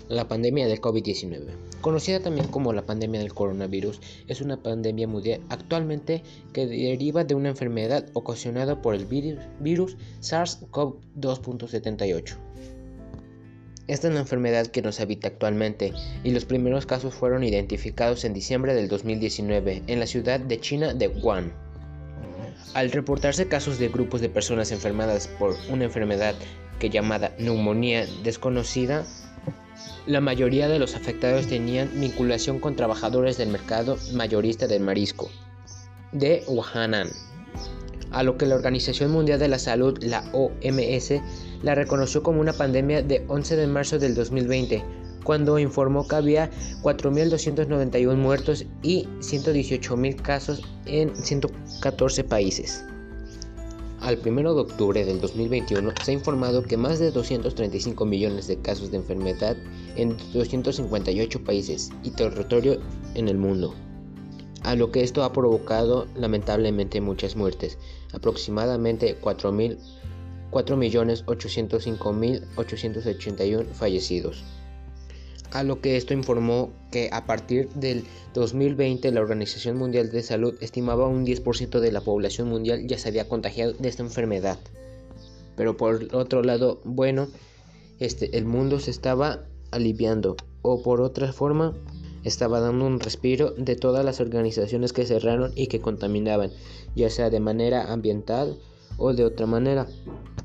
La pandemia del COVID-19, conocida también como la pandemia del coronavirus, es una pandemia mundial actualmente que deriva de una enfermedad ocasionada por el virus SARS-CoV-2.78. Esta es la enfermedad que nos habita actualmente y los primeros casos fueron identificados en diciembre del 2019 en la ciudad de China de Wuhan. Al reportarse casos de grupos de personas enfermadas por una enfermedad llamada neumonía desconocida, la mayoría de los afectados tenían vinculación con trabajadores del mercado mayorista del marisco de Wuhan, a lo que la Organización Mundial de la Salud, la OMS, la reconoció como una pandemia de 11 de marzo del 2020, cuando informó que había 4.291 muertos y 118.000 casos en 114 países. Al 1 de octubre del 2021 se ha informado que más de 235 millones de casos de enfermedad en 258 países y territorios en el mundo, a lo que esto ha provocado lamentablemente muchas muertes, aproximadamente 4.805.881 fallecidos. A lo que esto informó que a partir del 2020 la Organización Mundial de Salud estimaba un 10% de la población mundial ya se había contagiado de esta enfermedad. Pero por otro lado, el mundo se estaba aliviando, o por otra forma, estaba dando un respiro de todas las organizaciones que cerraron y que contaminaban, ya sea de manera ambiental o de otra manera.